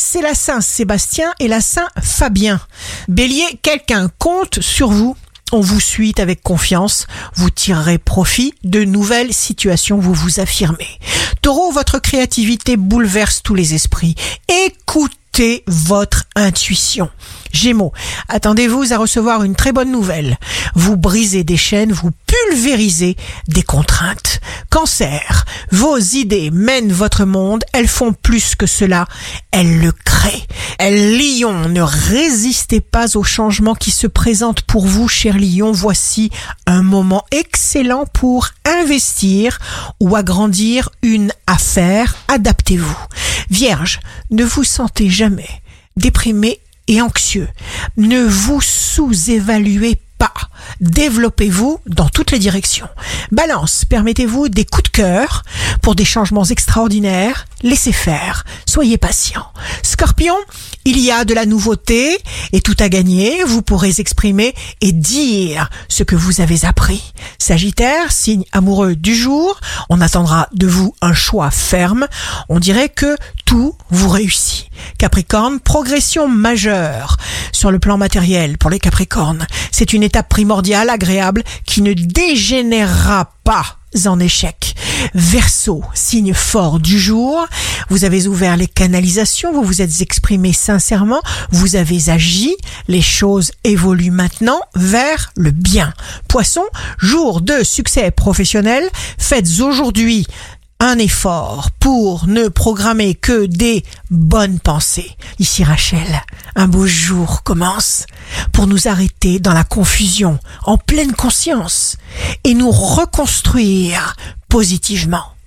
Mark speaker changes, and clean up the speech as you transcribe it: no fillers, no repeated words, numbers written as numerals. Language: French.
Speaker 1: c'est la Saint-Sébastien et la Saint-Fabien. Bélier, quelqu'un compte sur vous. On vous suit avec confiance, vous tirerez profit de nouvelles situations, vous vous affirmez. Taureau, votre créativité bouleverse tous les esprits. Écoutez votre intuition. Gémeaux, attendez-vous à recevoir une très bonne nouvelle. Vous brisez des chaînes, vous pulvérisez des contraintes. Cancer, vos idées mènent votre monde, elles font plus que cela, elles le créent. Lion, ne résistez pas aux changements qui se présentent pour vous, cher Lion. Voici un moment excellent pour investir ou agrandir une affaire. Adaptez-vous. Vierge, ne vous sentez jamais déprimé et anxieux. Ne vous sous-évaluez pas. Développez-vous dans toutes les directions. Balance, permettez-vous des coups de cœur pour des changements extraordinaires. Laissez faire, soyez patient. Scorpion, il y a de la nouveauté et tout à gagner. Vous pourrez exprimer et dire ce que vous avez appris. Sagittaire, signe amoureux du jour, on attendra de vous un choix ferme. On dirait que tout vous réussit. Capricorne, progression majeure sur le plan matériel pour les Capricornes. C'est une étape primordiale, agréable, qui ne dégénérera pas en échec. Verseau, signe fort du jour, vous avez ouvert les canalisations, vous vous êtes exprimé sincèrement, vous avez agi, les choses évoluent maintenant vers le bien. Poisson, jour de succès professionnel, faites aujourd'hui un effort pour ne programmer que des bonnes pensées. Ici Rachel, un beau jour commence pour nous arrêter dans la confusion, en pleine conscience, et nous reconstruire positivement.